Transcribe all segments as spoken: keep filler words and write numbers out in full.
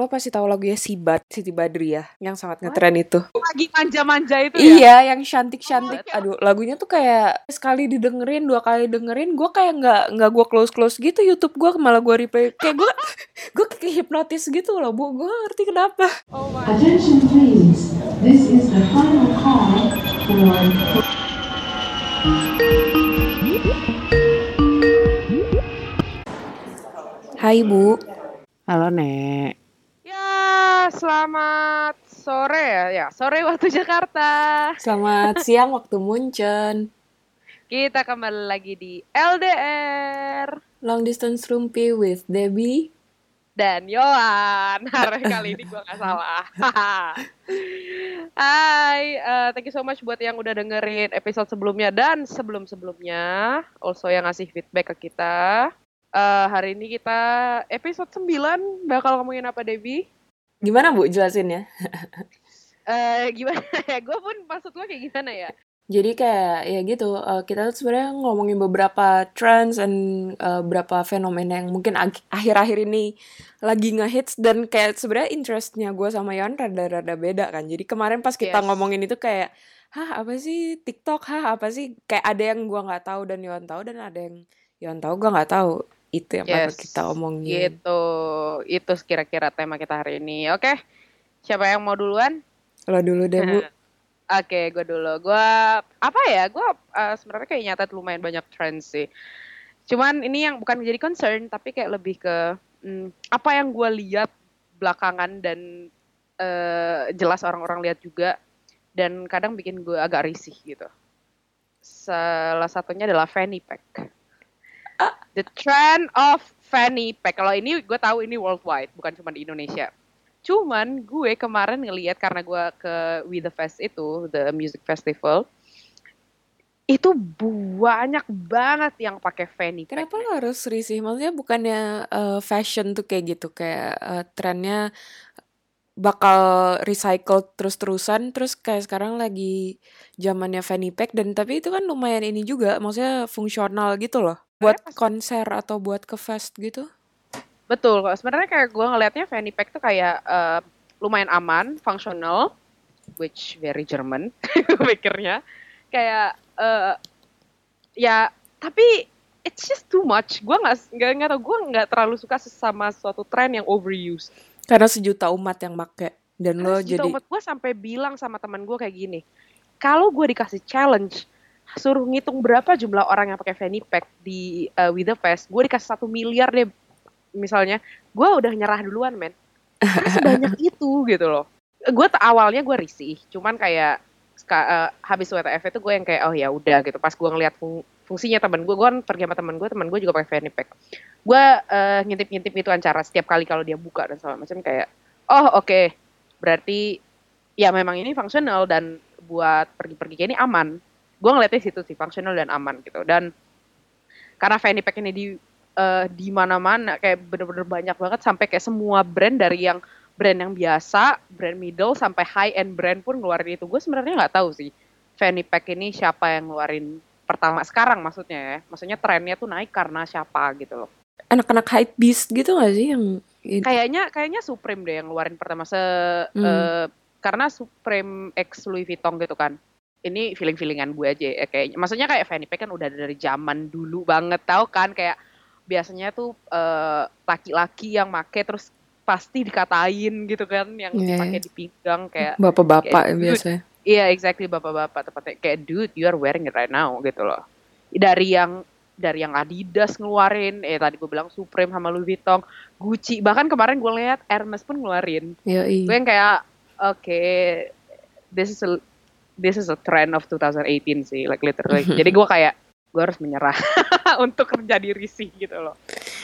lo pasti tahu lagunya Sibat, Siti Badriah yang sangat ngetren itu. Lagi manja-manja itu ya? Iya, yang cantik-cantik. Oh, aduh, lagunya tuh kayak sekali didengerin, dua kali dengerin, gue kayak nggak nggak gue close-close gitu YouTube gue, malah gue replay. Kayak gue gue kayak hipnotis gitu loh, bu. Gue ngerti kenapa. Oh my. Attention please, this is the final call for. Hai Bu. Halo Nek. Ya, selamat sore ya. Ya, sore waktu Jakarta. Selamat siang waktu Munchen. Kita kembali lagi di L D R. Long Distance Rumpi with Debbie dan Yohan. Hari kali ini gue gak salah. Hai, uh, thank you so much buat yang udah dengerin episode sebelumnya dan sebelum-sebelumnya. Also yang ngasih feedback ke kita. Uh, hari ini kita episode sembilan bakal ngomongin apa, Debbie? Gimana Bu jelasin ya? uh, gimana ya? Gue pun maksud gue kayak gimana ya? Jadi kayak ya gitu, uh, kita tuh sebenarnya ngomongin beberapa trends dan uh, beberapa fenomena yang mungkin ag- akhir-akhir ini lagi ngehits, dan kayak sebenarnya interestnya gue sama Yon rada-rada beda kan. Jadi kemarin pas kita yes. ngomongin itu kayak, hah apa sih TikTok, hah apa sih, kayak ada yang gue nggak tahu dan Yon tahu, dan ada yang Yon tahu gue nggak tahu. Itu yang yes. bakal kita omongin. Gitu, itu kira-kira tema kita hari ini. Oke, siapa yang mau duluan? Lo dulu deh Bu. Oke, gue dulu. Gue apa ya? Gue uh, sebenarnya kayak nyatet lumayan banyak trends sih. Cuman ini yang bukan menjadi concern, tapi kayak lebih ke hmm, apa yang gue lihat belakangan dan uh, jelas orang-orang lihat juga, dan kadang bikin gue agak risih gitu. Salah satunya adalah fanny pack. The trend of fanny pack. Kalau ini gue tahu ini worldwide, bukan cuma di Indonesia. Cuman gue kemarin ngelihat karena gue ke We The Fest itu, the music festival, itu banyak banget yang pakai fanny pack. Kenapa lo harus risih? Maksudnya bukannya uh, fashion tuh kayak gitu, kayak uh, trennya bakal recycle terus-terusan, terus kayak sekarang lagi zamannya fanny pack, dan tapi itu kan lumayan ini juga, maksudnya fungsional gitu loh, buat konser atau buat ke fest gitu. Betul, sebenarnya kayak gue ngelihatnya fanny pack tuh kayak uh, lumayan aman, functional, which very German pikirnya. Kayak uh, ya, tapi it's just too much. Gue nggak nggak nggak tau, gue nggak terlalu suka sama suatu tren yang overuse. Karena sejuta umat yang make, dan Karena lo sejuta jadi. Umat gue sampai bilang sama teman gue kayak gini, kalau gue dikasih challenge, suruh ngitung berapa jumlah orang yang pakai fanny pack di uh, We The Fest, gue dikasih satu miliar deh. Misalnya, gue udah nyerah duluan, men. Karena sebanyak itu, gitu loh. Gue awalnya gue risih, cuman kayak uh, habis W T F itu gue yang kayak, oh ya udah gitu. Pas gue ngeliat fung, fungsinya teman gue, gue kan pergi sama teman gue, teman gue juga pakai fanny pack. Gue uh, ngintip-ngintip itu acara setiap kali kalau dia buka dan segala macam, kayak, oh oke, okay. Berarti ya memang ini fungsional dan buat pergi-pergi kayak ini aman. Gue ngeliatnya situ sih, fungsional dan aman gitu. Dan karena fanny pack ini di Uh, di mana-mana kayak bener-bener banyak banget, sampai kayak semua brand, dari yang brand yang biasa, brand middle sampai high end brand pun ngeluarin itu. Gue sebenarnya nggak tahu sih fanny pack ini siapa yang ngeluarin pertama sekarang, maksudnya ya, maksudnya trennya tuh naik karena siapa gitu loh. Anak-anak hype beast gitu nggak sih yang ini? Kayaknya kayaknya Supreme deh yang ngeluarin pertama se hmm. uh, karena Supreme X Louis Vuitton gitu kan. Ini feeling-feelingan gue aja ya, kayaknya. Maksudnya kayak fanny pack kan udah dari zaman dulu banget, tau kan, kayak biasanya tuh uh, laki-laki yang make terus pasti dikatain gitu kan, yang yeah. pakai di pinggang kayak bapak-bapak biasanya. Iya, yeah, exactly, bapak-bapak tepatnya kayak, dude, you are wearing it right now gitu loh. Dari yang dari yang Adidas ngeluarin, eh tadi gue bilang Supreme sama Louis Vuitton, Gucci, bahkan kemarin gue lihat Hermes pun ngeluarin. Yeah, iya. Gue yang kayak, oke, okay, this is a this is a trend of twenty eighteen sih, like literally. Jadi gue kayak, gue harus menyerah untuk menjadi risih gitu loh.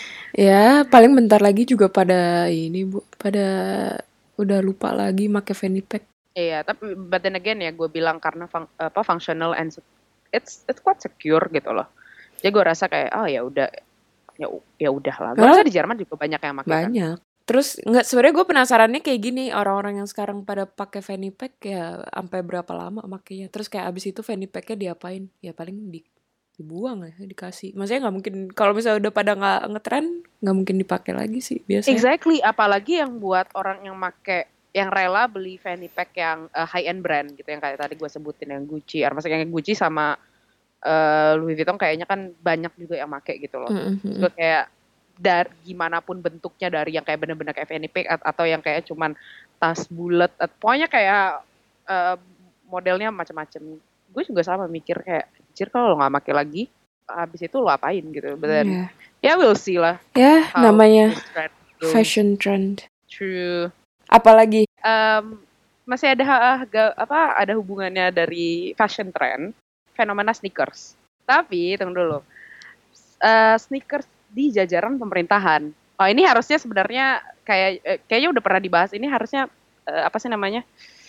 Ya, paling bentar lagi juga pada ini Bu, pada udah lupa lagi make fanny pack. Iya, tapi but then again ya, gue bilang karena fun, apa functional and it's it's quite secure gitu loh. Jadi gue rasa kayak, oh ya udah, ya ya udah lah. Gue rasa di Jerman juga banyak yang pakai. Banyak. Kan? Terus nggak, sebenarnya gue penasarannya kayak gini, orang-orang yang sekarang pada pakai fanny pack ya sampai berapa lama makanya. Terus kayak abis itu fanny packnya diapain? Ya paling di dibuang ya, dikasih. Maksudnya nggak mungkin kalau misalnya udah pada nggak ngetren, nggak mungkin dipakai lagi sih biasanya. Exactly, apalagi yang buat orang yang make yang rela beli fanny pack yang uh, high end brand gitu, yang kayak tadi gue sebutin yang Gucci, maksudnya yang Gucci sama uh, Louis Vuitton kayaknya kan banyak juga yang make gitu loh. Mm-hmm. Terus gue kayak dari gimana pun bentuknya, dari yang kayak bener-bener kayak fanny pack atau yang kayak cuman tas bulat, pokoknya kayak uh, modelnya macam-macam. Gue juga sama mikir kayak, anjir kalau lo nggak pakai lagi, habis itu lo apain gitu. But then, yeah. ya we'll see lah. Ya, yeah, namanya trend fashion trend. True. Apalagi? Um, masih ada uh, apa? Ada hubungannya dari fashion trend, fenomena sneakers. Tapi tunggu dulu, uh, sneakers di jajaran pemerintahan. Oh ini harusnya sebenarnya kayak uh, kayaknya udah pernah dibahas. Ini harusnya uh, apa sih namanya?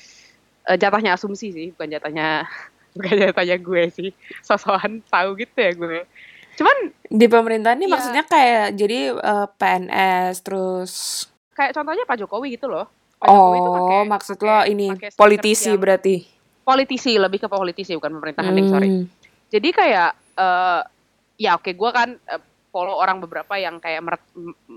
Uh, jatahnya asumsi sih, bukan jatahnya. Bukan jatahnya gue sih, sosokan tahu gitu ya gue. Cuman di pemerintahan ini ya, maksudnya kayak jadi uh, P N S terus kayak contohnya Pak Jokowi gitu loh. oh Pak Jokowi itu pake, maksud pake, lo ini politisi berarti? Politisi, lebih ke politisi bukan pemerintahan, hmm. sorry. Jadi kayak uh, ya oke okay, gue kan uh, follow orang beberapa yang kayak mer-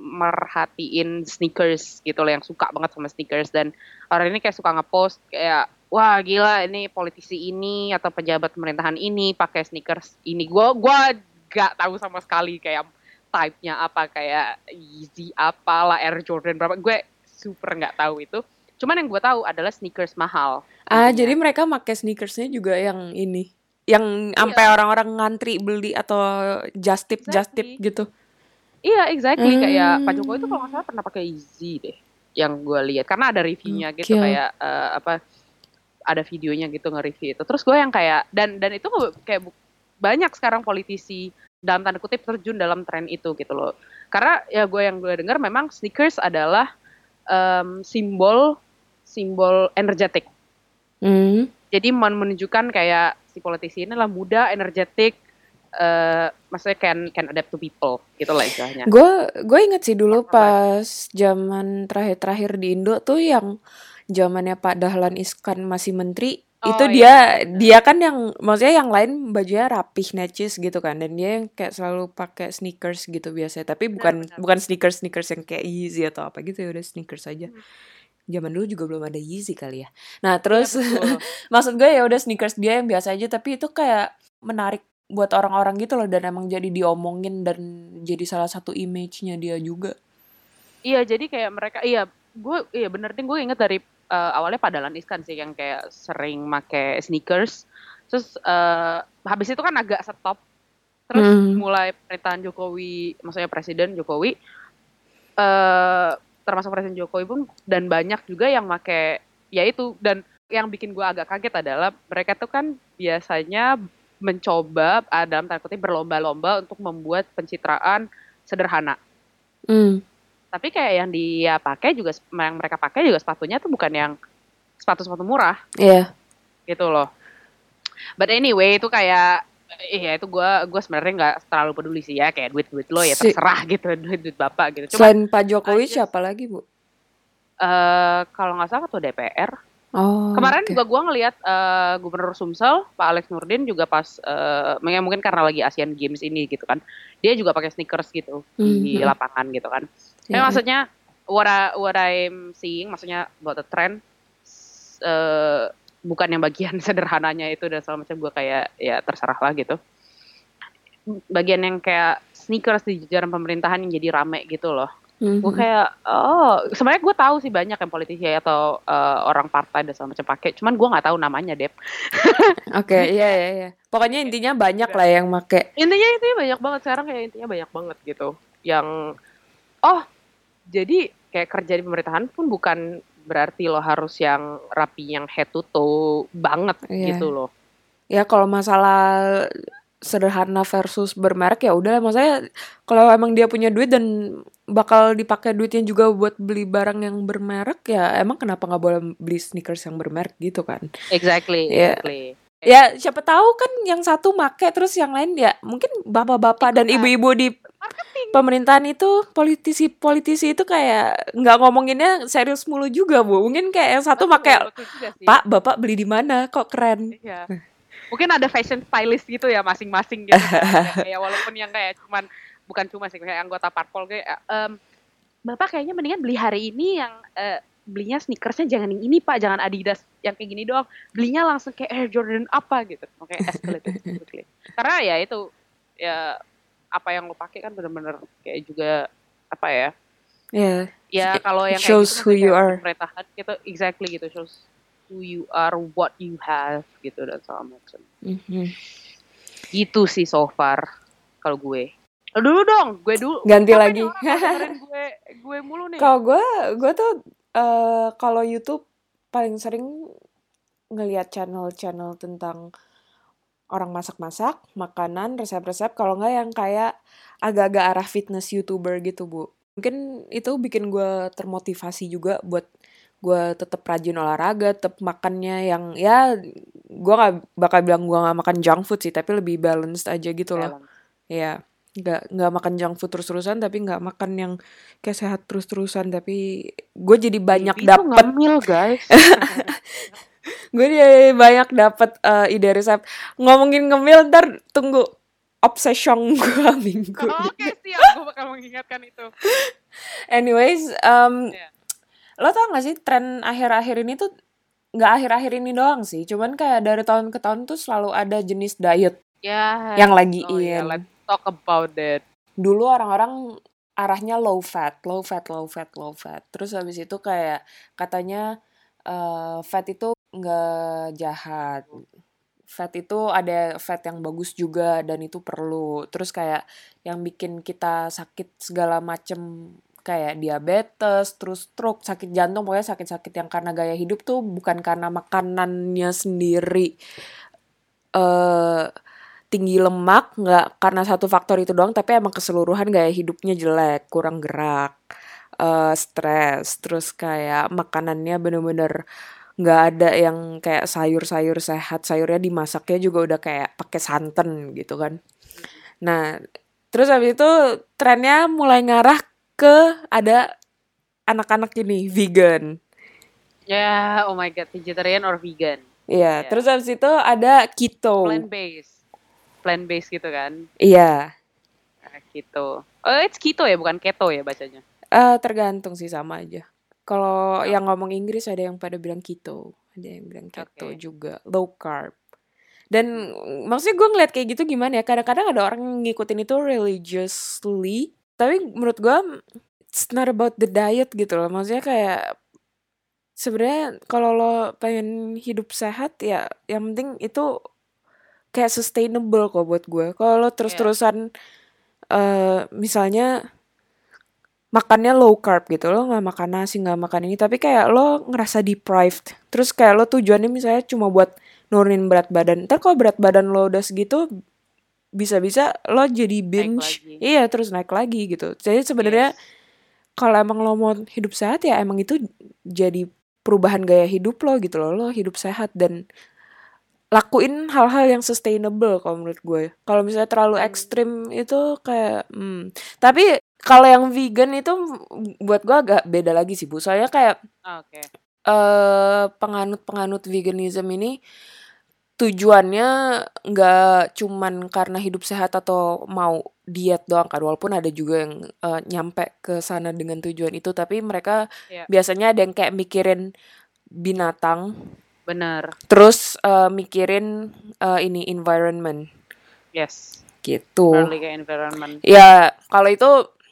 merhatiin sneakers gitu loh, yang suka banget sama sneakers, dan orang ini kayak suka ngepost kayak wah gila ini politisi ini atau pejabat pemerintahan ini pakai sneakers ini. Gue gua gak tahu sama sekali kayak type-nya apa, kayak Yeezy apalah, Air Jordan berapa, gue super nggak tahu itu. Cuman yang gue tahu adalah sneakers mahal. Ah intinya. Jadi mereka pakai sneakersnya juga yang ini, yang sampai iya. orang-orang ngantri beli atau just tip exactly. just tip gitu. Iya exactly hmm. Kayak Pak Jokowi itu kalau nggak salah pernah pakai Yeezy deh, yang gue lihat karena ada reviewnya gitu, okay. kayak uh, apa ada videonya gitu nge-review itu. Terus gue yang kayak dan dan itu kayak banyak sekarang politisi dalam tanda kutip terjun dalam tren itu gitu loh. Karena ya gue yang gue dengar memang sneakers adalah um, simbol simbol energetik. Mm. Jadi menunjukkan kayak si politisi ini lah muda, energetik, uh, maksudnya can can adapt to people gitu lah istilahnya. Gue gue inget sih dulu pas zaman terakhir-terakhir di Indo tuh yang zamannya Pak Dahlan Iskan masih menteri. Oh, itu dia iya, dia kan yang maksudnya yang lain bajunya rapih necis gitu kan, dan dia yang kayak selalu pakai sneakers gitu biasanya, tapi bukan benar, benar. bukan sneakers sneakers yang kayak Yeezy atau apa gitu, ya udah sneakers aja. Hmm. Zaman dulu juga belum ada Yeezy kali ya. Nah terus ya, maksud gue ya udah sneakers dia yang biasa aja, tapi itu kayak menarik buat orang-orang gitu loh, dan emang jadi diomongin dan jadi salah satu image-nya dia juga. Iya jadi kayak mereka iya gue iya bener deh, gue inget dari Uh, awalnya Pak Dahlan Iskan sih yang kayak sering make sneakers, terus uh, habis itu kan agak stop, terus hmm. mulai pemerintahan Jokowi, maksudnya Presiden Jokowi, uh, termasuk Presiden Jokowi pun, dan banyak juga yang make, ya itu, dan yang bikin gue agak kaget adalah mereka tuh kan biasanya mencoba uh, dalam tanda kutip berlomba-lomba untuk membuat pencitraan sederhana. Hmm. Tapi kayak yang dia pakai juga, yang mereka pakai juga sepatunya tuh bukan yang sepatu-sepatu murah. Iya. Yeah. Gitu loh. But anyway itu kayak, iya itu gue gue sebenarnya nggak terlalu peduli sih ya, kayak duit-duit lo ya terserah si- gitu, duit-duit bapak gitu. Cuma, selain Pak Jokowi just, siapa lagi bu? Uh, kalau nggak salah ketua D P R. Oh, kemarin okay. juga gue ngelihat uh, Gubernur Sumsel Pak Alex Nurdin juga pas uh, mungkin karena lagi Asian Games ini gitu kan, dia juga pakai sneakers gitu mm-hmm. di lapangan gitu kan. Tapi yeah. maksudnya what, I, what I'm seeing, maksudnya about the trend uh, bukan yang bagian sederhananya itu dan segala macam, gue kayak ya terserah lah gitu. Bagian yang kayak sneakers di jajaran pemerintahan yang jadi rame gitu loh. Mm-hmm. Gue kayak oh sebenarnya gue tahu sih banyak yang politisi atau uh, orang partai dan segala macam pakai, cuman gue nggak tahu namanya Dep. Oke okay, iya iya iya. Pokoknya intinya banyak lah yang make. Intinya intinya banyak banget sekarang, kayak intinya banyak banget gitu. Yang oh jadi kayak kerja di pemerintahan pun bukan berarti lo harus yang rapi, yang head to toe banget yeah. gitu loh. Ya kalau masalah sederhana versus bermerek ya udah, maksudnya kalau emang dia punya duit dan bakal dipakai duitnya juga buat beli barang yang bermerek, ya emang kenapa nggak boleh beli sneakers yang bermerek gitu kan? Exactly, ya. exactly. Ya siapa tahu kan yang satu make terus yang lain ya mungkin bapak-bapak dan ibu-ibu di marketing. Pemerintahan itu politisi-politisi itu kayak nggak ngomonginnya serius mulu juga bu, mungkin kayak yang satu make, Pak bapak beli di mana kok keren. Iya. Mungkin ada fashion stylist gitu ya masing-masing gitu kan. Ya, walaupun yang kayak cuman bukan cuma sih kayak anggota parpol kayak um, Bapak kayaknya mendingan beli hari ini yang uh, belinya sneakersnya jangan yang ini Pak, jangan Adidas yang kayak gini doang. Belinya langsung kayak Air Jordan apa gitu. Oke, escalated quickly. Karena ya itu ya apa yang lo pakai kan benar-benar kayak juga apa ya? Yeah. Ya kalau yang kayak shows gitu who you are. Pemerintahan gitu exactly gitu shows who you are, what you have gitu dan segala macam. Mm-hmm. Itu sih so far kalau gue. Lo dulu dong, gue dulu. Ganti Kenapa lagi. nih orang dengerin gue gue mulu nih. Kalau gue, gue tuh uh, kalau YouTube paling sering ngelihat channel-channel tentang orang masak-masak, makanan, resep-resep. Kalau nggak yang kayak agak-agak arah fitness YouTuber gitu, Bu. Mungkin itu bikin gue termotivasi juga buat gue tetap rajin olahraga, tetap makannya yang ya gue nggak bakal bilang gue nggak makan junk food sih, tapi lebih balanced aja gitu loh. Ya, nggak nggak makan junk food terus-terusan, tapi nggak makan yang kayak sehat terus-terusan, tapi gue jadi banyak dapet. Ngemil guys. Gue jadi banyak dapet uh, ide resep. Ngomongin ngemil ntar tunggu obsession gue minggu. Oh, Oke okay, siap, gue bakal mengingatkan itu. Anyways, um, yeah. Lo tau gak sih tren akhir-akhir ini tuh gak akhir-akhir ini doang sih, cuman kayak dari tahun ke tahun tuh selalu ada jenis diet yeah. yang lagi oh, in. Yeah, let's talk about that. Dulu orang-orang arahnya low fat, low fat, low fat, low fat. Terus habis itu kayak katanya uh, fat itu gak jahat. Fat itu ada fat yang bagus juga dan itu perlu. Terus kayak yang bikin kita sakit segala macem kayak diabetes, terus stroke, sakit jantung, pokoknya sakit-sakit yang karena gaya hidup tuh bukan karena makanannya sendiri uh, tinggi lemak, nggak karena satu faktor itu doang, tapi emang keseluruhan gaya hidupnya jelek, kurang gerak, uh, stres, terus kayak makanannya bener-bener nggak ada yang kayak sayur-sayur sehat, sayurnya dimasaknya juga udah kayak pakai santan gitu kan. Nah, terus habis itu trennya mulai ngarah ke ada anak-anak ini vegan. Ya, yeah, oh my god, vegetarian or vegan. Iya, yeah, yeah. Terus habis itu ada keto. Plant based. Plant based gitu kan? Iya. Yeah. Nah, keto. Oh, it's keto ya, bukan keto ya bacanya. Uh, tergantung sih, sama aja. Kalau oh. yang ngomong Inggris ada yang pada bilang keto, ada yang bilang keto okay. juga, low carb. Dan maksudnya gue ngeliat kayak gitu gimana ya, kadang-kadang ada orang yang ngikutin itu religiously, tapi menurut gue it's not about the diet gitu loh. Maksudnya kayak sebenarnya kalau lo pengen hidup sehat ya yang penting itu kayak sustainable kok buat gue. Kalau lo terus-terusan yeah. uh, misalnya makannya low carb gitu, lo nggak makan nasi, nggak makan ini, tapi kayak lo ngerasa deprived. Terus kayak lo tujuannya misalnya cuma buat nurunin berat badan. Ntar kalau berat badan lo udah segitu, bisa-bisa lo jadi binge, iya terus naik lagi gitu. Jadi sebenarnya yes. kalau emang lo mau hidup sehat ya emang itu jadi perubahan gaya hidup lo gitu loh. Lo hidup sehat dan lakuin hal-hal yang sustainable kalau menurut gue. Kalau misalnya terlalu ekstrim itu kayak, hmm. tapi kalau yang vegan itu buat gue agak beda lagi sih Bu. Soalnya kayak okay. uh, penganut-penganut veganism ini tujuannya nggak cuman karena hidup sehat atau mau diet doang kan, walaupun ada juga yang uh, nyampe ke sana dengan tujuan itu, tapi mereka yeah. biasanya ada yang kayak mikirin binatang, benar, terus uh, mikirin uh, ini environment, yes, gitu. Early environment. Ya kalau itu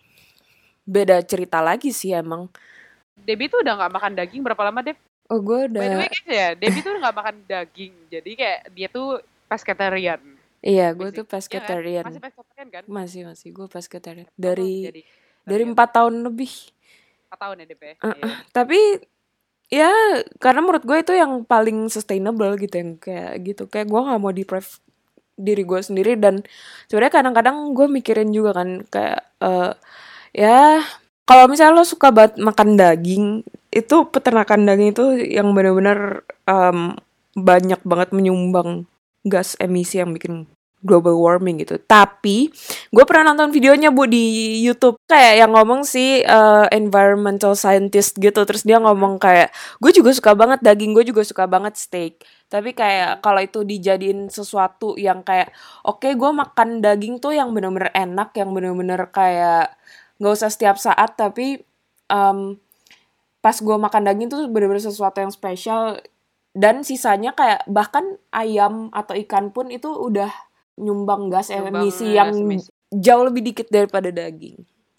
beda cerita lagi sih emang. Debbie tuh udah nggak makan daging berapa lama Deb? Oh gue udah. By the way guys ya, Debbie tuh nggak makan daging, jadi kayak dia tuh pescatarian. Iya, gue tuh pescatarian. Ya kan? Masih pescatarian kan? Masih masih gue pescatarian dari oh, jadi, dari empat tahun lebih. Empat tahun ya Deb ya. Uh, yeah. Tapi ya karena menurut gue itu yang paling sustainable gitu, yang kayak gitu. Kayak gue nggak mau deprive diri gue sendiri, dan sebenarnya kadang-kadang gue mikirin juga kan kayak uh, ya. Kalau misalnya lo suka banget makan daging, itu peternakan daging itu yang benar-benar um, banyak banget menyumbang gas emisi yang bikin global warming gitu. Tapi gue pernah nonton videonya Bu di YouTube, kayak yang ngomong si uh, environmental scientist gitu. Terus dia ngomong kayak, gue juga suka banget daging, gue juga suka banget steak. Tapi kayak kalau itu dijadiin sesuatu yang kayak, oke okay, gue makan daging tuh yang bener-bener enak, yang bener-bener kayak gak usah setiap saat, tapi um, pas gue makan daging tuh bener-bener sesuatu yang spesial. Dan sisanya kayak bahkan ayam atau ikan pun itu udah nyumbang gas Nyumbang, emisi eh, yang semisi. jauh lebih dikit daripada daging.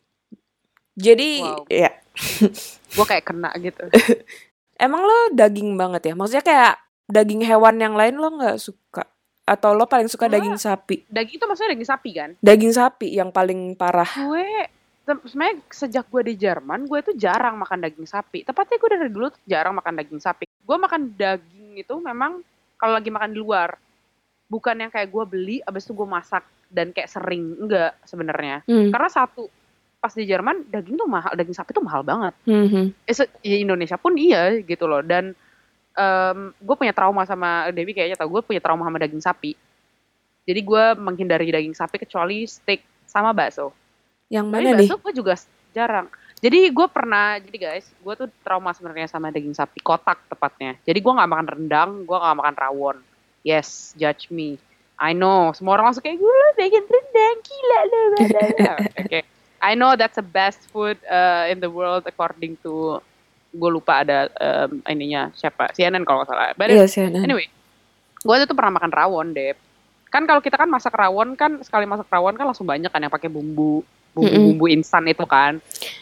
Jadi Wow. ya Gue kayak kena gitu. emang lo daging banget ya? Maksudnya kayak daging hewan yang lain lo nggak suka? Atau lo paling suka Gua- daging sapi? Daging itu maksudnya daging sapi kan? Daging sapi yang paling parah. Gue tem- sebenarnya sejak gue di Jerman, gue tuh jarang makan daging sapi. Tepatnya gue dari dulu tuh jarang makan daging sapi. Gue makan daging itu memang kalau lagi makan di luar. Bukan yang kayak gue beli, abis itu gue masak dan kayak sering. Enggak sebenarnya. Hmm. Karena satu, pas di Jerman daging tuh mahal, daging sapi tuh mahal banget. Hmm. Eh, se- di Indonesia pun iya gitu loh. Dan um, gue punya trauma sama Dewi, kayaknya tau gue punya trauma sama daging sapi. Jadi gue menghindari daging sapi kecuali steak sama bakso. Yang Tapi mana nih? bakso gue juga jarang. Jadi gue pernah, jadi guys, gue tuh trauma sebenarnya sama daging sapi kotak tepatnya. Jadi gue nggak makan rendang, gue nggak makan rawon. Yes, judge me. I know, semua orang langsung kayak gue daging rendang, gila lo. Oke, I know that's the best food uh, in the world according to, gue lupa ada um, ininya siapa, C N N kalau nggak salah. But Iya sih. Aneh. anyway, gue tuh pernah makan rawon, Dep. Kan kalau kita kan masak rawon kan, sekali masak rawon kan langsung banyak kan yang pakai bumbu, bumbu-bumbu instan itu kan.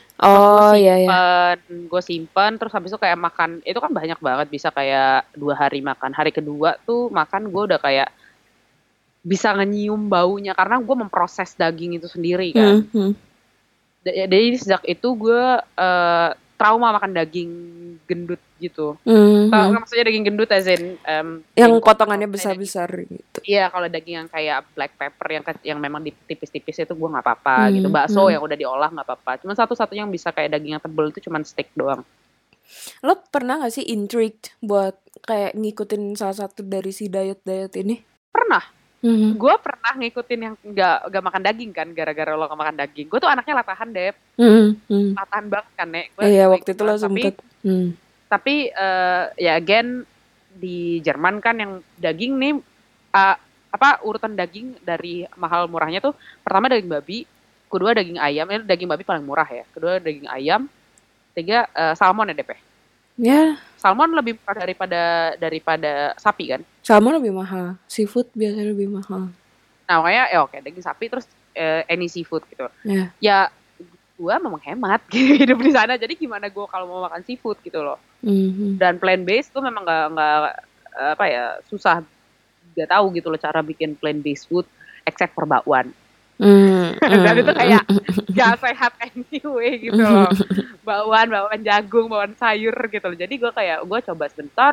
Oh iya iya. Gue simpen, terus habis itu kayak makan, itu kan banyak banget, bisa kayak dua hari makan. Hari kedua tuh makan gue udah kayak bisa ngenyium baunya karena gue memproses daging itu sendiri kan. Hmm. Jadi sejak itu gue uh, trauma makan daging gendut gitu. Hmm. Tau nggak maksudnya daging gendut as in um, Yang bengkok, potongannya atau kayak besar-besar gitu. Iya, kalau daging yang kayak black pepper yang ke- yang memang di- tipis-tipis itu gue nggak apa-apa Hmm, gitu. Bakso hmm. yang udah diolah nggak apa-apa. Cuma satu-satunya yang bisa kayak daging yang tebel itu cuma steak doang. Lo pernah gak sih intrigued buat kayak ngikutin salah satu dari si diet-diet ini? Pernah. Hmm. Gue pernah ngikutin yang nggak nggak makan daging kan, gara-gara lo nggak makan daging. Gue tuh anaknya latahan, Dep. Hmm. Hmm. Latahan banget kan, Nek. Gua Iya suka waktu ikut itu lo banget. Tapi sempet. Hmm. tapi eh, ya again di Jerman kan yang daging nih uh, apa urutan daging dari mahal murahnya tuh pertama daging babi, kedua daging ayam, ini daging babi paling murah ya, kedua daging ayam, tiga uh, salmon ya D P. Ya, Salmon lebih murah daripada daripada sapi kan. salmon lebih mahal, seafood biasanya lebih mahal. Nah makanya ya oke daging sapi terus uh, any seafood gitu. Ya. Ya gue memang hemat gitu hidup di sana, jadi gimana gue kalau mau makan seafood gitu loh. Hmm. Dan plant based tuh memang nggak nggak apa ya susah, nggak tahu gitu loh cara bikin plant based food except for bakwan. Hmm. Dan itu kayak gak sehat anyway gitu loh. Bakwan, bakwan jagung, bakwan sayur gitu loh. Jadi gue kayak gue coba sebentar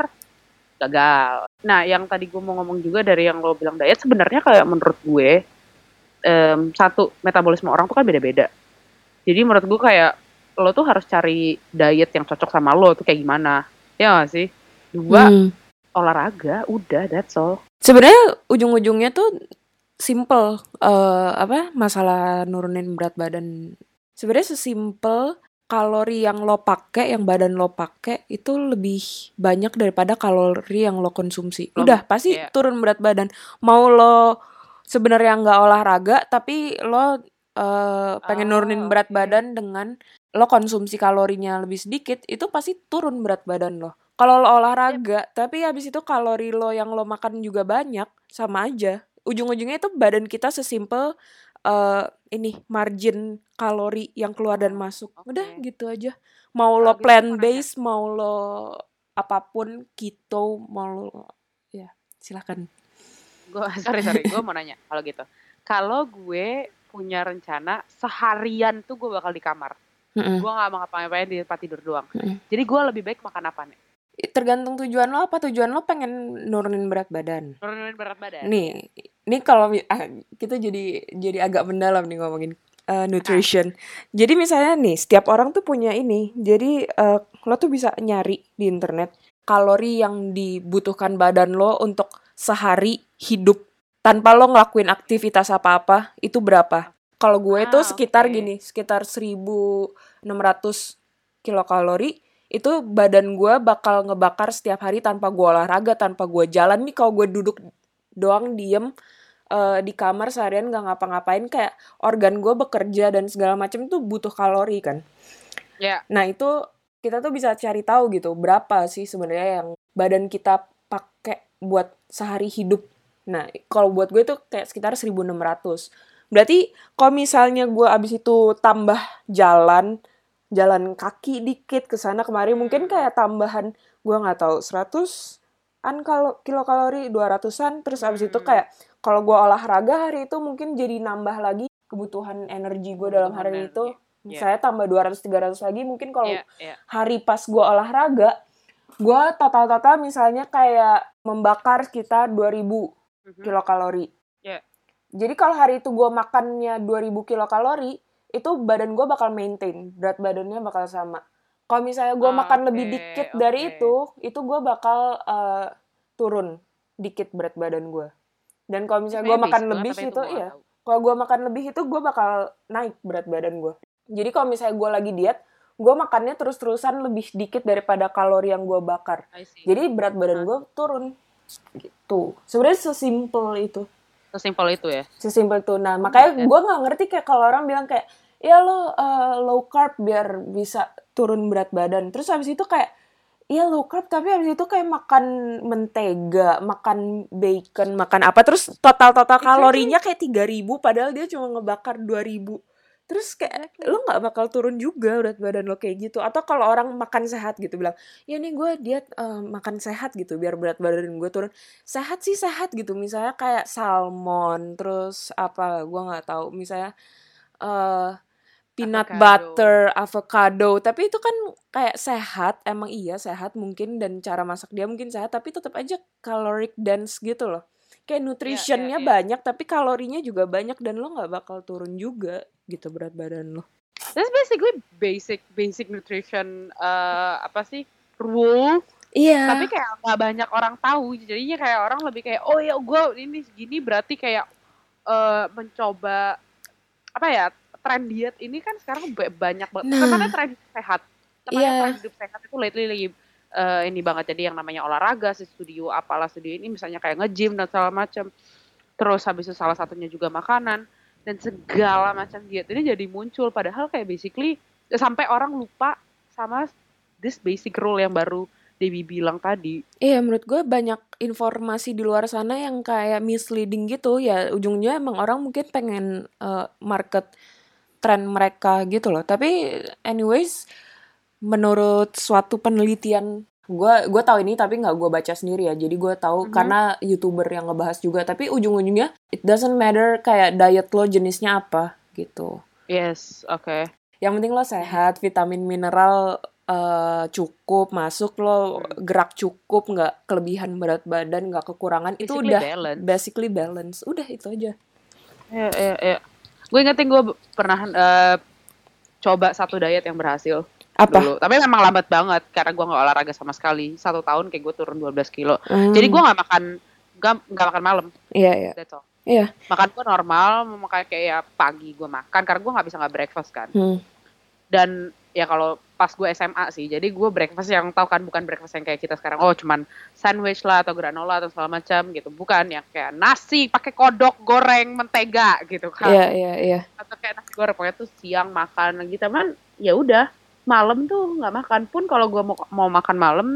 gagal. Nah yang tadi gue mau ngomong juga dari yang lo bilang diet, sebenarnya kayak menurut gue um, satu metabolisme orang tuh kan beda-beda. Jadi menurut gue kayak lo tuh harus cari diet yang cocok sama lo tuh kayak gimana. Ya gak sih? Dua, Hmm. olahraga, udah that's all. Sebenarnya ujung-ujungnya tuh simple, eh, apa masalah nurunin berat badan. Sebenarnya sesimpel kalori yang lo pakai, yang badan lo pakai itu lebih banyak daripada kalori yang lo konsumsi. Lo- Udah pasti iya. turun berat badan. Mau lo sebenarnya nggak olahraga, tapi lo eh, pengen Oh, nurunin berat oke. badan dengan lo konsumsi kalorinya lebih sedikit, itu pasti turun berat badan lo. Kalau lo olahraga, tapi habis itu kalori lo yang lo makan juga banyak, sama aja. Ujung-ujungnya itu badan kita sesimpel eh, ini margin kalori yang keluar dan masuk. oke. Udah gitu aja. Mau Kalau lo gitu plant mau nanya. based, mau lo apapun keto, mau lo ya silakan. Gue sorry sorry, gue mau nanya kalau gitu. Kalau gue punya rencana seharian tuh gue bakal di kamar. Mm-mm. Gue nggak mau ngapa-ngapain di tempat tidur doang. Mm-mm. Jadi gue lebih baik makan apa nih? Tergantung tujuan lo apa. Tujuan lo pengen nurunin berat badan. Nurunin berat badan. Nih, ini kalau mi- ah, kita jadi jadi agak mendalam nih ngomongin uh, nutrition. Jadi misalnya nih, setiap orang tuh punya ini. Jadi uh, lo tuh bisa nyari di internet kalori yang dibutuhkan badan lo untuk sehari hidup tanpa lo ngelakuin aktivitas apa-apa, itu berapa? Kalau gue Ah, tuh sekitar oke. gini, sekitar seribu enam ratus kilokalori, itu badan gue bakal ngebakar setiap hari tanpa gue olahraga, tanpa gue jalan nih. Kalau gue duduk doang diem uh, di kamar seharian gak ngapa-ngapain, kayak organ gue bekerja dan segala macam tuh butuh kalori kan. Ya. Nah itu kita tuh bisa cari tahu gitu berapa sih sebenarnya yang badan kita pakai buat sehari hidup. Nah kalau buat gue tuh kayak sekitar seribu enam ratus. Berarti kalau misalnya gue abis itu tambah jalan jalan kaki dikit ke sana kemari, mungkin kayak tambahan gue nggak tahu seratusan kalo kilokalori, dua ratusan. Terus abis itu kayak kalau gue olahraga hari itu mungkin jadi nambah lagi kebutuhan energi gue dalam Kebutuhan hari itu. energi. Saya tambah dua ratus tiga ratus lagi. Mungkin kalau Yeah, yeah. hari pas gue olahraga, gue total-total misalnya kayak membakar sekitar dua ribu Mhm. kilokalori. Yeah. Jadi kalau hari itu gue makannya dua ribu kilokalori, itu badan gue bakal maintain, berat badannya bakal sama. Kalau misalnya gue Oke, makan lebih dikit dari oke. itu, itu gue bakal uh, turun dikit berat badan gue. Dan kalau misalnya gue Sebenarnya makan basic banget, lebih tapi itu itu, gua nggak iya. tahu. Kalau gue makan lebih itu, gue bakal naik berat badan gue. Jadi kalau misalnya gue lagi diet, gue makannya terus-terusan lebih dikit daripada kalori yang gue bakar. I see. Jadi berat badan Hah. gue turun. Gitu. Sebenarnya sesimpel itu. Sesimpel itu ya? Sesimpel itu. Nah, makanya gue gak ngerti kayak kalau orang bilang kayak, ya lo uh, low carb biar bisa turun berat badan. Terus habis itu kayak, iya low carb tapi habis itu kayak makan mentega, makan bacon, makan apa. Terus total-total kalorinya kayak tiga ribu padahal dia cuma ngebakar dua ribu. Terus kayak exactly. Lo gak bakal turun juga berat badan lo kayak gitu. Atau kalau orang makan sehat gitu bilang, ya nih gue diet uh, makan sehat gitu biar berat badan gue turun. Sehat sih sehat gitu. Misalnya kayak salmon, terus apa gue gak tahu. Misalnya uh, peanut Avocado. butter, avocado. Tapi itu kan kayak sehat. Emang iya sehat mungkin dan cara masak dia mungkin sehat. Tapi tetap aja caloric dense gitu loh. Kayak nutritionnya yeah, yeah, yeah. banyak tapi kalorinya juga banyak dan lo gak bakal turun juga gitu berat badan lo. That's basically basic basic nutrition uh, apa sih rule. Iya. Yeah. Tapi kayak gak banyak orang tahu. Jadinya kayak orang lebih kayak oh ya gue ini segini berarti kayak uh, mencoba apa ya tren diet ini kan sekarang banyak banget. Nah. Karena tren sehat. Karena yeah. tren hidup sehat itu lately lagi Uh, ini banget jadi yang namanya olahraga, si studio apalah studio ini misalnya kayak nge-gym dan segala macam. Terus habis itu salah satunya juga makanan dan segala macam diet ini jadi muncul padahal kayak basically sampai orang lupa sama this basic rule yang baru Debbie bilang tadi. Iya, menurut gue banyak informasi di luar sana yang kayak misleading gitu ya. Ujungnya emang orang mungkin pengen uh, market tren mereka gitu loh. Tapi anyways, menurut suatu penelitian, gue gue tahu ini tapi nggak gue baca sendiri ya, jadi gue tahu mm-hmm. karena youtuber yang ngebahas juga. Tapi ujung-ujungnya it doesn't matter kayak diet lo jenisnya apa gitu. Yes, oke. Okay. Yang penting lo sehat, vitamin mineral uh, cukup masuk, lo hmm. gerak cukup, nggak kelebihan berat badan, nggak kekurangan. Basically itu udah balance. Basically balance. Udah itu aja. Ya ya ya. Gue ingetin gue pernah uh, coba satu diet yang berhasil. Apa? Dulu. Tapi memang lambat banget karena gue nggak olahraga sama sekali. Satu tahun kayak gue turun dua belas kilo. Hmm. Jadi gue nggak makan nggak makan malam. Iya iya. That's all. Iya. Makan gue normal, mau makan kayak pagi gue makan karena gue nggak bisa nggak breakfast kan. Hmm. Dan ya kalau pas gue S M A sih, jadi gue breakfast yang tahu kan bukan breakfast yang kayak kita sekarang. Oh cuman sandwich lah atau granola atau segala macam gitu. Bukan yang kayak nasi pakai kodok goreng mentega gitu kan. Iya iya iya. Atau kayak nasi goreng pokoknya tuh siang makan gitu. Man ya udah. Malam tuh nggak makan pun kalau gue mau mau makan malam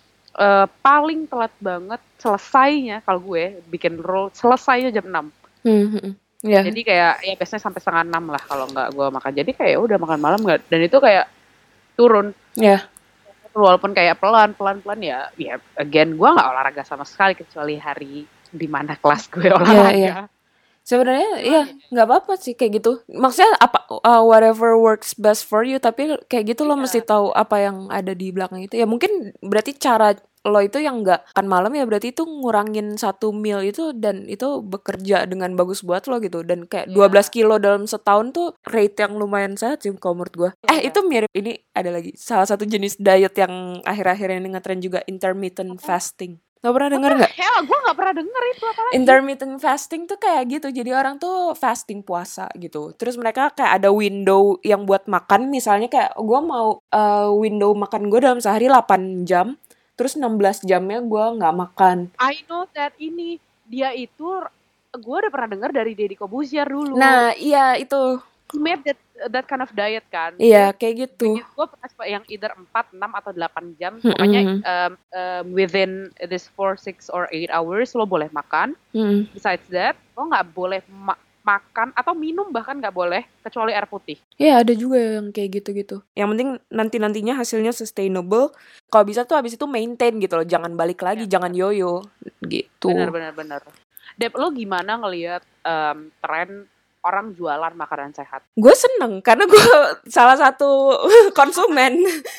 uh, paling telat banget selesainya kalau gue bikin roll selesainya jam enam. Hmm, yeah. Jadi kayak ya biasanya sampai setengah enam lah kalau nggak gue makan. Jadi kayak udah makan malam nggak dan itu kayak turun. Ya. Yeah. Walaupun kayak pelan pelan pelan ya ya again gue nggak olahraga sama sekali kecuali hari di mana kelas gue olahraga. Yeah, yeah. Sebenarnya ya nggak apa-apa sih kayak gitu. Maksudnya apa uh, whatever works best for you. Tapi kayak gitu lo yeah. mesti tahu apa yang ada di belakang itu. Ya mungkin berarti cara lo itu yang nggak makan malam ya berarti itu ngurangin satu meal itu dan itu bekerja dengan bagus buat lo gitu. Dan kayak yeah. dua belas kilo dalam setahun tuh rate yang lumayan sehat sih kalau menurut gue. Yeah. Eh itu mirip ini ada lagi salah satu jenis diet yang akhir-akhir ini ngetren juga intermittent okay. fasting. Gak pernah denger What the nggak? hell? Gue gak pernah denger itu apalagi. Intermittent fasting tuh kayak gitu. Jadi orang tuh fasting puasa gitu. Terus mereka kayak ada window yang buat makan. Misalnya kayak gue mau uh, window makan gue dalam sehari delapan jam. Terus enam belas jamnya gue gak makan. I know that ini dia itu, gue udah pernah denger dari Deddy Corbuzier dulu. Nah iya itu. He made that that kind of diet kan. Iya kayak gitu. Gue pernah coba yang either empat, enam atau delapan jam. Mm-mm. Pokoknya um, um, within this four, six or eight hours lo boleh makan. Mm. Besides that, lo gak boleh ma- makan atau minum, bahkan gak boleh kecuali air putih. Iya ada juga yang kayak gitu-gitu. Yang penting nanti-nantinya hasilnya sustainable. Kalau bisa tuh habis itu maintain gitu loh. Jangan balik lagi, Ya, jangan yoyo gitu. Benar-benar. Dep, lo gimana ngelihat um, tren orang jualan makanan sehat? Gue seneng karena gue salah satu konsumen.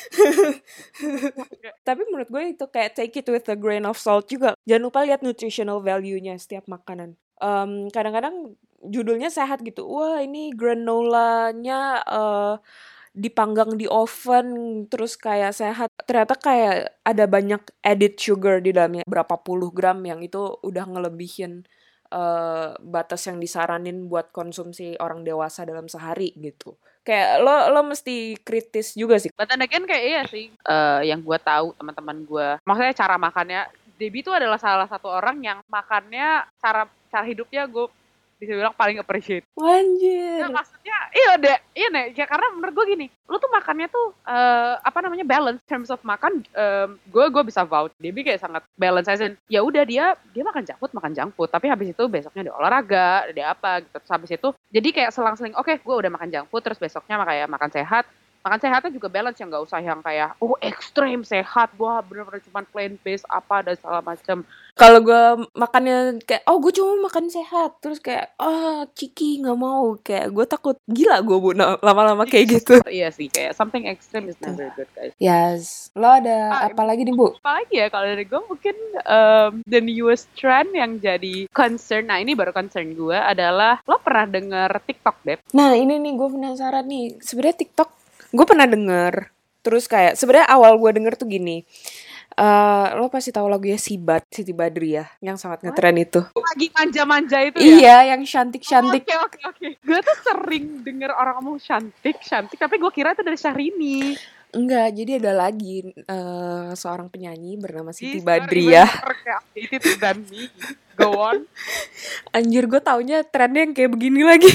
Tapi menurut gue itu kayak take it with a grain of salt juga. Jangan lupa lihat nutritional value-nya setiap makanan. Um, kadang-kadang judulnya sehat gitu. Wah ini granolanya uh, dipanggang di oven terus kayak sehat. Ternyata kayak ada banyak added sugar di dalamnya. Berapa puluh gram yang itu udah ngelebihin Uh, batas yang disaranin buat konsumsi orang dewasa dalam sehari gitu. Kayak lo lo mesti kritis juga sih. But then again kayak iya sih. Uh, yang gue tahu teman-teman gue, maksudnya cara makannya, Debbie itu adalah salah satu orang yang makannya cara cara hidupnya gue bisa bilang paling appreciate. Anjir. Nah, maksudnya iya deh, iya nih. Ya, karena menurut gue gini, lu tuh makannya tuh uh, apa namanya balance. In terms of makan, um, gue gue bisa vouch. Debbie kayak sangat balance aja. Ya udah dia dia makan junk food, makan junk food. Tapi habis itu besoknya dia olahraga, dia apa gitu. Terus habis itu, jadi kayak selang-seling. Oke, okay, gue udah makan junk food, terus besoknya kayak makan sehat. Makan sehatnya juga balance, yang nggak usah yang kayak oh ekstrem sehat, wah bener-bener cuma plant based apa dan segala macam. Kalau gue makannya kayak oh gue cuma makan sehat, terus kayak oh ciki nggak mau, kayak gue takut gila gue bu lama-lama kayak gitu. Iya sih, kayak something extreme is never good guys. Yes, lo ada ah, apa lagi nih bu? Apa lagi ya kalau dari gue mungkin um, the newest trend yang jadi concern. Nah ini baru concern gue adalah lo pernah denger TikTok Dep? Nah ini nih gue penasaran nih, sebenarnya TikTok gue pernah denger, terus kayak sebenarnya awal gue denger tuh gini, uh, lo pasti tahu lagunya Sibat, Siti Badriah yang sangat ngetren itu. Lagi manja-manja itu iya, ya? Iya, yang cantik-cantik. Oke oke oke. Gue tuh sering denger orang ngomong cantik cantik, tapi gue kira itu dari Syahrini. Enggak, jadi ada lagi uh, seorang penyanyi bernama Siti Badriah. Itu dan me. Go on. Anjir, gue taunya trennya yang kayak begini lagi.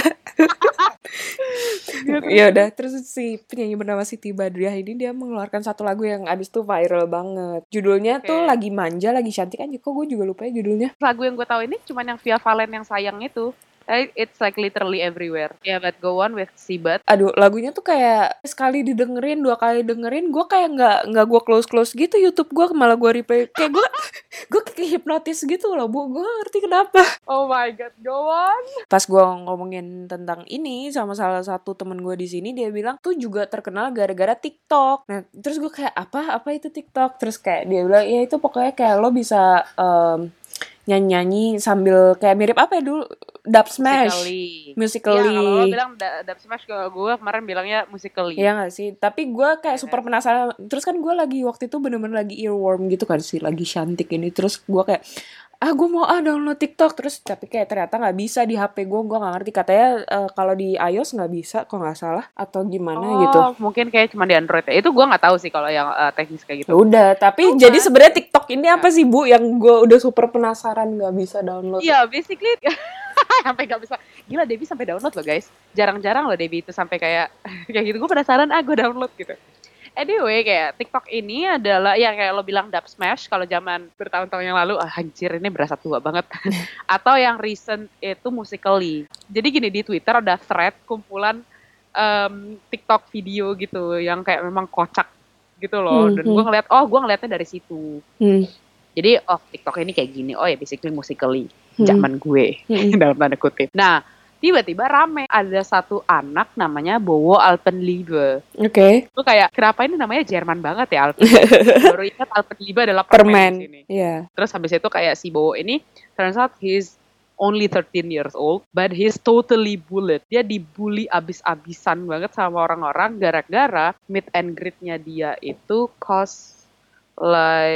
Ya udah, terus si penyanyi bernama Siti Badriah ini dia mengeluarkan satu lagu yang abis itu viral banget. Judulnya okay. tuh Lagi Manja, Lagi Cantik aja. Kok gue juga lupa ya judulnya. Lagu yang gue tahu ini cuma yang Via Valen yang sayang itu. It's like literally everywhere. Yeah, but go on with Sibat. Aduh, lagunya tuh kayak sekali didengerin, dua kali dengerin, gue kayak nggak nggak gue close close gitu YouTube gue, malah gue replay. Kayak gue gue kayak hipnotis gitu loh bu, gue ngerti kenapa. Oh my god, go on. Pas gue ngomongin tentang ini sama salah satu temen gue di sini, dia bilang tuh juga terkenal gara-gara TikTok. Nah, terus gue kayak apa apa itu TikTok? Terus kayak dia bilang ya itu pokoknya kayak lo bisa um, nyanyi-nyanyi sambil kayak mirip apa ya dulu, dub smash, musically. musically. Ya kalau lo bilang dub smash, kalau gue kemarin bilangnya musically. Iya nggak sih? Tapi gue kayak yeah. super penasaran. Terus kan gue lagi waktu itu bener-bener lagi earworm gitu kan sih, lagi cantik ini. Terus gue kayak ah gue mau ah download TikTok, terus tapi kayak ternyata nggak bisa di H P gue, gue nggak ngerti, katanya uh, kalau di iOS nggak bisa kok nggak salah atau gimana oh, gitu. Mungkin kayak cuma di Android ya, itu gue nggak tahu sih kalau yang uh, teknis kayak gitu. Udah, tapi oh, jadi sebenarnya TikTok ini apa sih bu yang gue udah super penasaran nggak bisa download? Iya, basically sampai nggak bisa. Gila, Debbie sampai download loh guys. Jarang-jarang loh Debbie itu sampai kayak kayak gitu. Gue penasaran, ah gue download gitu. Anyway, kayak TikTok ini adalah yang kayak lo bilang dub smash kalau zaman bertahun-tahun yang lalu, ah anjir ini berasa tua banget. Atau yang recent itu musically. Jadi gini, di Twitter ada thread kumpulan um, TikTok video gitu yang kayak memang kocak gitu loh. Hmm, Dan gue ngeliat, oh gue ngeliatnya dari situ. Hmm. Jadi oh TikTok ini kayak gini, oh ya basically musically hmm. zaman gue hmm. dalam tanda kutip. Nah, tiba-tiba rame, ada satu anak namanya Bowo Alpenliebe. Oke. Okay. Itu kayak kenapa ini namanya Jerman banget ya Alpenliebe. Baru ingat Alpenliebe adalah permen, permen. Di sini. Yeah. Terus habis itu kayak si Bowo ini turns out he's only thirteen years old, but he's totally bullied. Dia dibully abis-abisan banget sama orang-orang gara-gara meet and greet-nya dia itu cost like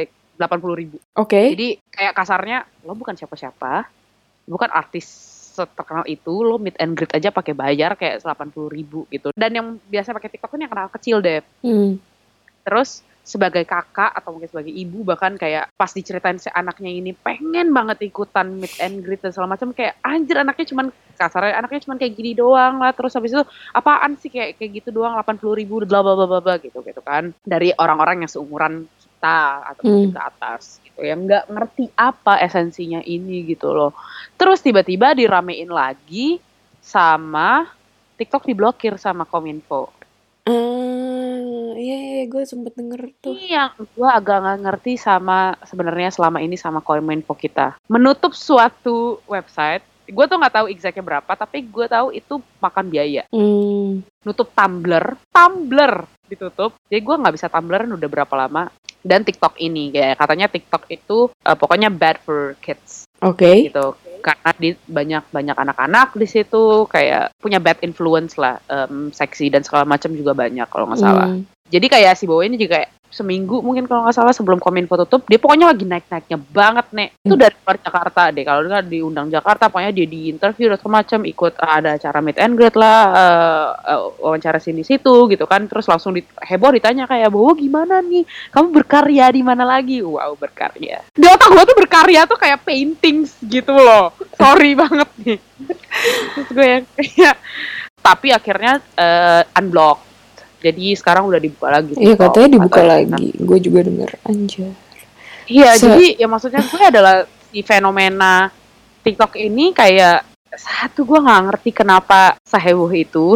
delapan puluh ribu. Oke. Jadi kayak kasarnya lo bukan siapa-siapa, bukan artis seterkenal itu, lo meet and greet aja pakai bayar kayak delapan puluh ribu gitu. Dan yang biasa pakai TikTok kan yang kenal kecil deh. Hmm. Terus sebagai kakak atau mungkin sebagai ibu bahkan kayak pas diceritain si anaknya ini pengen banget ikutan meet and greet dan segala macam, kayak anjir anaknya cuman kasarnya anaknya cuman kayak gini doang lah, terus habis itu apaan sih kayak kayak gitu doang delapan puluh ribu bla bla bla bla bla gitu gitu kan, dari orang-orang yang seumuran kita atau mungkin Hmm. ke atas gitu yang nggak ngerti apa esensinya ini gitu loh. Terus tiba-tiba diramein lagi sama TikTok diblokir sama Kominfo. Ah, iya, iya, gue sempet denger tuh. Iya, gue agak nggak ngerti sama sebenarnya selama ini sama Kominfo kita menutup suatu website. Gue tuh nggak tahu exactnya berapa, tapi gue tahu itu makan biaya. Hmm. Nutup Tumblr, Tumblr ditutup. Jadi gue nggak bisa Tumblr udah berapa lama. Dan TikTok ini, kayak katanya TikTok itu uh, pokoknya bad for kids. Oke. Gitu, karena di banyak banyak anak-anak di situ kayak punya bad influence lah, um, seksi dan segala macam juga banyak kalau nggak salah. Hmm. Jadi kayak si Bowo ini juga kayak seminggu mungkin kalau nggak salah sebelum Kominfo tutup, dia pokoknya lagi naik-naiknya banget nih. Itu dari luar Jakarta deh, kalau nggak diundang Jakarta, pokoknya dia di interview dan segala macam, ikut uh, ada acara meet and greet lah, uh, uh, wawancara sini situ gitu kan, terus langsung di, heboh ditanya kayak Bowo gimana nih, kamu berkarya di mana lagi? Wow, berkarya. Di otak gue tuh berkarya tuh kayak paintings gitu loh, sorry banget nih. Terus gue yang kayak, tapi akhirnya uh, unblock. Jadi sekarang udah dibuka lagi. Iya, katanya dibuka katanya. lagi. Gue juga denger, anjir. Iya, Se- jadi ya maksudnya gue adalah si fenomena TikTok ini kayak satu gue nggak ngerti kenapa seheboh itu.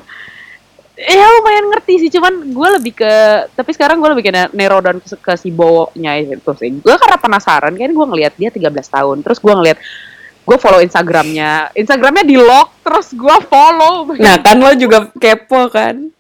Ya lumayan ngerti sih, cuman gue lebih ke, tapi sekarang gue lebih ke nero dan ke, ke si Bowo-nya itu sih. Gue karena penasaran, kan gue ngelihat dia tiga belas tahun, terus gue ngelihat, gue follow Instagramnya, Instagramnya di lock, terus gue follow. Nah, kan lo juga kepo kan?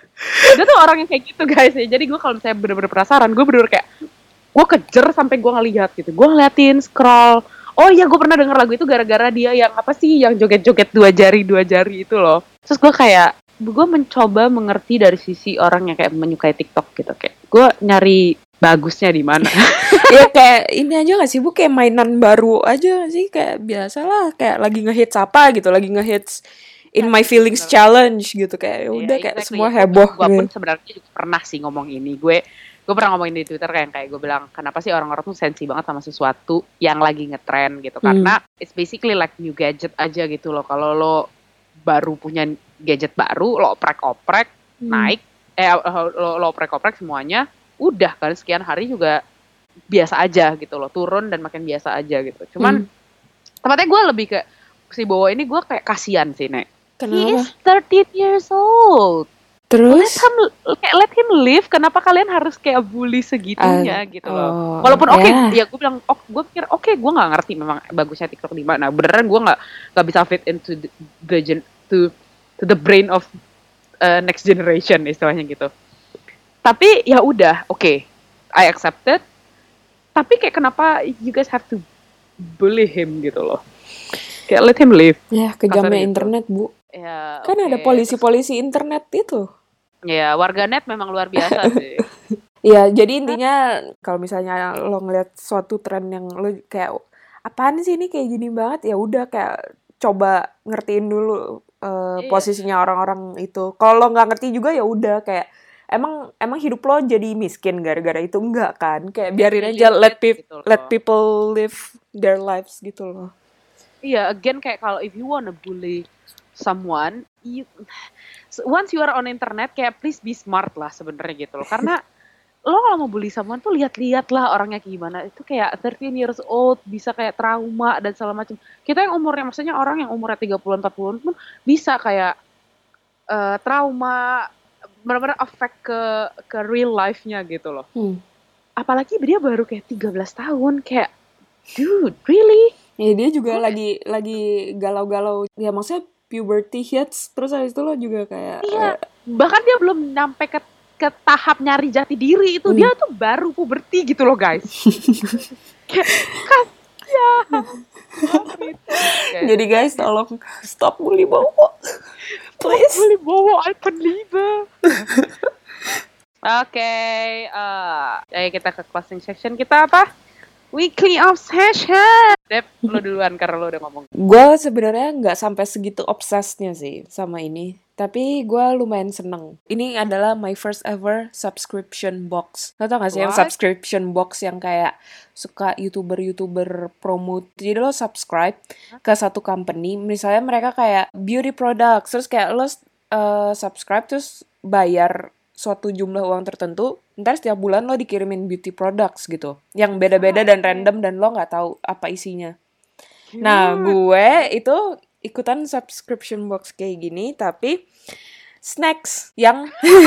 Gue tuh orang yang kayak gitu guys ya. Jadi gue kalau misalnya bener-bener penasaran, gue bener-bener kayak gue kejer sampai gue ngelihat gitu. Gue ngeliatin, scroll. Oh iya, gue pernah denger lagu itu gara-gara dia yang apa sih, yang joget-joget dua jari dua jari itu loh. Terus gue kayak gue mencoba mengerti dari sisi orang yang kayak menyukai TikTok gitu, kayak gue nyari bagusnya di mana. Ya kayak ini aja gak sih Bu, kayak mainan baru aja gak sih, kayak biasalah kayak lagi ngehits apa gitu, lagi ngehits In My Feelings bener. Challenge gitu, kayak ya udah Iya, kayak exactly. semua Gue- heboh Gue pun gitu. sebenarnya juga pernah sih ngomong ini. Gue gue pernah ngomongin di Twitter kayak kayak gue bilang kenapa sih orang-orang tuh sensi banget sama sesuatu yang lagi ngetren gitu. Hmm. Karena it's basically like new gadget aja gitu loh. Kalau lo baru punya gadget baru, lo oprek-oprek, Hmm. naik, eh lo, lo oprek-oprek semuanya, udah kan sekian hari juga biasa aja gitu loh. Turun dan makin biasa aja gitu. Cuman Hmm. tempatnya gue lebih ke si Bowo ini gue kayak kasihan sih, Nek. He Kenapa? is thirteen years old. Let Terus? him, kayak let him live. Kenapa kalian harus kayak bully segitunya Ah, gitu loh? oh, Walaupun oke, ya. ya gue bilang, oh, gue pikir oke, gue nggak ngerti memang bagusnya TikTok di mana. Beneran gue nggak nggak bisa fit into the, the gen, to to the brain of uh, next generation istilahnya gitu. Tapi ya udah, oke, I accept it. Tapi kayak kenapa you guys have to bully him gitu loh? Kayak let him live. Ya, Kasar kejamnya gitu. internet, Bu. Ya, Kan oke. ada polisi-polisi internet itu. Ya, warganet memang luar biasa sih. Ya, jadi intinya kalau misalnya lo ngeliat suatu tren yang lo kayak apaan sih ini kayak gini banget, ya udah kayak coba ngertiin dulu uh, Iya. posisinya orang-orang itu. Kalau lo nggak ngerti juga ya udah kayak emang emang hidup lo jadi miskin gara-gara itu, enggak kan? Kayak biarin aja, Legit let pe- gitu loh. let people live their lives gitu loh. Iya, again kayak kalau if you wanna bully someone, you, once you are on internet kayak please be smart lah sebenarnya gitu loh. Karena lo kalau mau bully someone tuh lihat-lihat lah orangnya kayak gimana. Itu kayak thirteen years old bisa kayak trauma dan segala macam. Kita yang umurnya maksudnya orang yang umurnya tiga puluhan empat puluhan pun bisa kayak uh, trauma, benar-benar affect ke ke real life-nya gitu loh. Hmm. Apalagi dia baru kayak tiga belas tahun, kayak dude, really? Ya dia juga lagi lagi galau-galau. Ya maksudnya puberty hits, terus habis itu lo juga kayak Iya, bahkan dia belum nyampe ke ke tahap nyari jati diri itu, Hmm. dia tuh baru puberti gitu loh guys. Kayak kasihan. Jadi guys, tolong stop bully Bowo. Please. Boleh bawa I can leave. Oke, eh jadi kita ke closing section kita apa? Weekly obsession. Dep, lo duluan karena lo udah ngomong. Gue sebenarnya nggak sampai segitu obsesnya sih sama ini, tapi gue lumayan seneng. Ini adalah my first ever subscription box. Lo tau gak sih yang What? subscription box yang kayak suka youtuber-youtuber promote. Jadi lo subscribe ke satu company, misalnya mereka kayak beauty products, terus kayak lo uh, subscribe terus bayar suatu jumlah uang tertentu, ntar setiap bulan lo dikirimin beauty products gitu, yang beda-beda dan random dan lo nggak tahu apa isinya. Nah, gue itu ikutan subscription box kayak gini, tapi snacks yang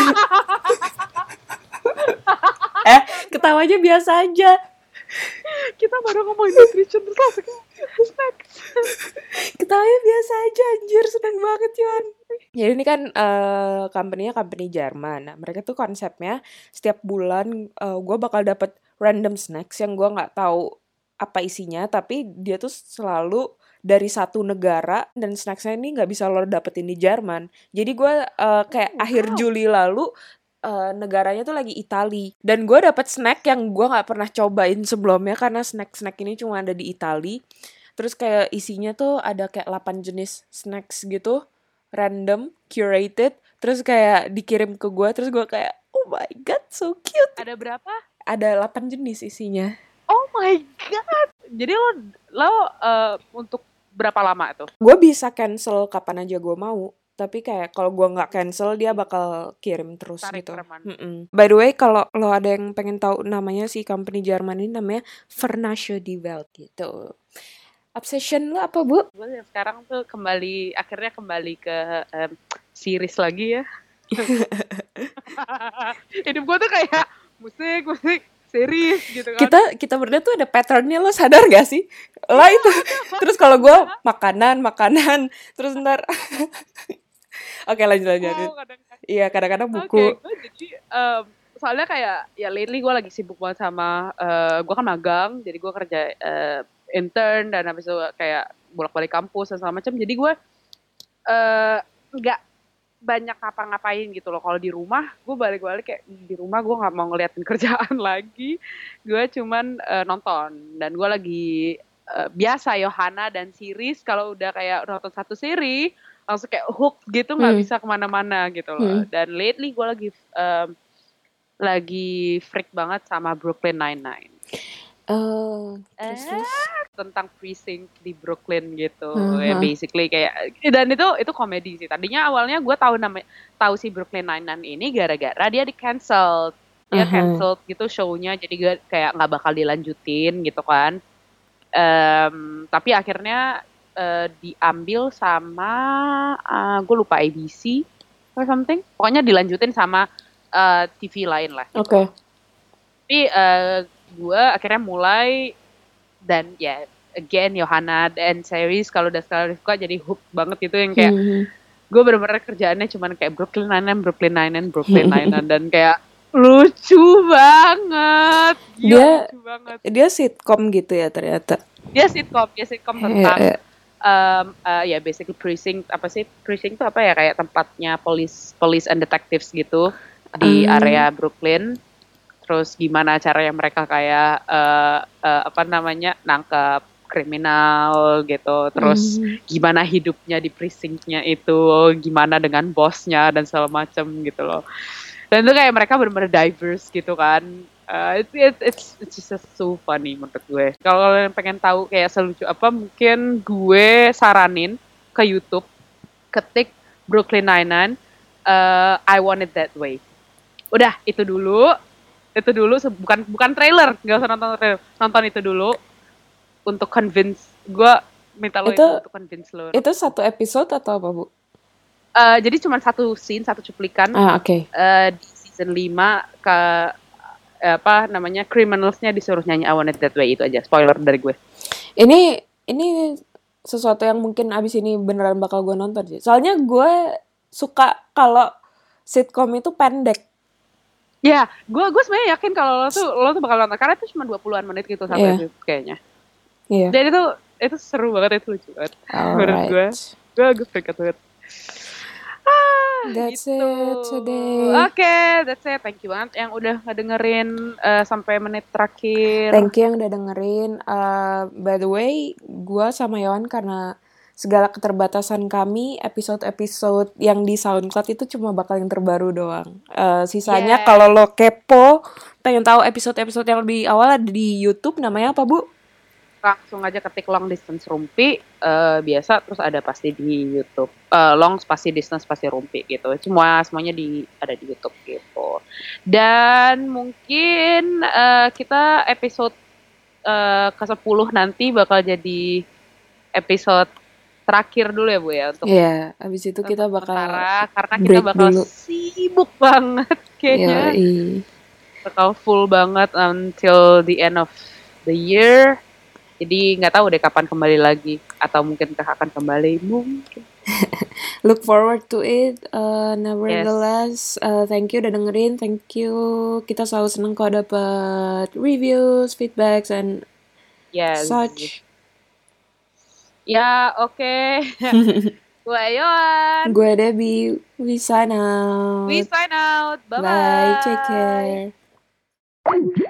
eh ketawanya biasa aja. Kita baru ngomongin nutrition terus langsung snacks. Ketawanya biasa aja, anjir, seneng banget Yon. Jadi ini kan uh, company-nya company Jerman. Nah, mereka tuh konsepnya setiap bulan uh, gue bakal dapet random snacks yang gue nggak tahu apa isinya, tapi dia tuh selalu dari satu negara dan snacksnya ini nggak bisa lo dapetin di Jerman. Jadi gue uh, kayak oh, akhir wow. Juli lalu uh, negaranya tuh lagi Itali, dan gue dapet snack yang gue nggak pernah cobain sebelumnya karena snack-snack ini cuma ada di Itali. Terus kayak isinya tuh ada kayak delapan jenis snacks gitu, random, curated, terus kayak dikirim ke gue, terus gue kayak oh my god so cute. Ada berapa? Ada delapan jenis isinya. Oh my god. Jadi lo lo uh, untuk berapa lama itu? Gue bisa cancel kapan aja gue mau, tapi kayak kalau gue nggak cancel dia bakal kirim terus. Tarik gitu. By the way, kalau lo ada yang pengen tahu namanya si company Jerman ini namanya Vernasche die Welt gitu. Obsession lo apa, Bu? Gue sekarang tuh kembali akhirnya kembali ke um, series lagi ya. Hidup gue tuh kayak musik musik series gitu kan. Kita kita berdua tuh ada patternnya, lo sadar gak sih? Lah itu. Terus kalau gue makanan makanan, terus ntar. Oke lanjut lanjut. Oh, kadang-kadang. Iya kadang-kadang buku. Oke, gue jadi um, soalnya kayak ya lately gue lagi sibuk banget sama uh, gue kan magang, jadi gue kerja uh, intern dan habis itu kayak bolak-balik kampus dan segala macam. Jadi gue nggak uh, banyak ngapa-ngapain gitu loh. Kalau di rumah, gue balik-balik kayak di rumah gue nggak mau ngeliatin kerjaan lagi. Gue cuman uh, nonton, dan gue lagi uh, biasa Yohana dan series. Kalau udah kayak nonton satu seri, langsung kayak hook gitu, nggak hmm. bisa kemana-mana gitu loh. Hmm. Dan lately gue lagi um, lagi freak banget sama Brooklyn Nine-Nine. Oh, terus, eh, tentang precinct di Brooklyn gitu, uh-huh. ya basically kayak, dan itu itu komedi sih. Tadinya awalnya gue tahu nama tahu si Brooklyn Nine-Nine ini gara-gara dia di cancel, dia uh-huh. cancel gitu show-nya, jadi gue kayak nggak bakal dilanjutin gitu kan. Um, tapi akhirnya uh, diambil sama uh, gue lupa A B C or something, pokoknya dilanjutin sama uh, T V lain lah. Gitu. Oke. Okay. Tapi uh, gue akhirnya mulai, dan ya yeah, again Yohana dan series kalau udah sekali suka jadi hook banget gitu, yang kayak mm-hmm. gue bener-bener kerjaannya cuman kayak Brooklyn Nine-Nine, Brooklyn Nine-Nine, Brooklyn Nine-Nine dan kayak lucu banget. Gila, dia lucu banget. Dia sitcom gitu ya ternyata. Dia sitcom, dia sitcom tentang yeah, yeah. Um, uh, ya basically precinct, apa sih precinct itu apa ya, kayak tempatnya police police and detectives gitu di um. area Brooklyn. Terus gimana caranya mereka kayak uh, uh, apa namanya nangkep kriminal gitu. Terus mm. gimana hidupnya di precinctnya itu, gimana dengan bosnya dan segala macam gitu loh. Dan itu kayak mereka benar-benar diverse gitu kan. Uh, it's, it's it's just so funny menurut gue. Kalau kalian pengen tahu kayak selucu apa, mungkin gue saranin ke YouTube, ketik Brooklyn Nine-Nine, uh, I Want It That Way. Udah itu dulu. Itu dulu, bukan bukan trailer, nggak usah nonton trailer, nonton itu dulu untuk convince gue, minta lo itu, itu untuk convince lo. Itu satu episode atau apa, Bu? Uh, jadi cuma satu scene, satu cuplikan. Ah, oke. Okay. Uh, di season lima ke uh, apa namanya criminalsnya disuruh nyanyi I Want It That Way, itu aja spoiler dari gue. Ini ini sesuatu yang mungkin abis ini beneran bakal gue nonton sih. Soalnya gue suka kalau sitcom itu pendek. Ya, gue gue sebenarnya yakin kalau lo tuh lo tuh bakal nonton karena itu cuma dua puluhan menit gitu sampai yeah. itu kayaknya. Iya. Yeah. Dan itu itu seru banget, itu lucu banget. Menurut gue. Gue gue freak banget. Ah, That's gitu. it today. Oke, that's it. Thank you banget yang udah ngedengerin uh, sampai menit terakhir. Thank you yang udah dengerin. Uh, by the way, gue sama Yohan karena segala keterbatasan kami, episode-episode yang di SoundCloud itu cuma bakal yang terbaru doang. Uh, sisanya Yes. kalau lo kepo, pengen tahu episode-episode yang lebih awal ada di YouTube, namanya apa, Bu? Langsung aja ketik long distance rumpi uh, biasa, terus ada pasti di YouTube. Uh, long spasi distance spasi rumpi gitu. Semua semuanya di ada di YouTube gitu. Dan mungkin uh, kita episode uh, ke sepuluh nanti bakal jadi episode terakhir dulu ya Bu ya untuk Iya, yeah, abis itu kita bakal sementara, karena kita break bakal dulu. sibuk banget kayaknya. Yoi. Bakal full banget until the end of the year. Jadi nggak tahu deh kapan kembali lagi, atau mungkin akan kembali mungkin. Look forward to it. Uh, nevertheless, uh, thank you udah dengerin. Thank you. Kita selalu seneng kalau dapat reviews, feedbacks, and Yes. such. Ya, oke. Gue Ayoan. Gue Debbie. We sign out. We sign out. Bye-bye. Bye. Take care.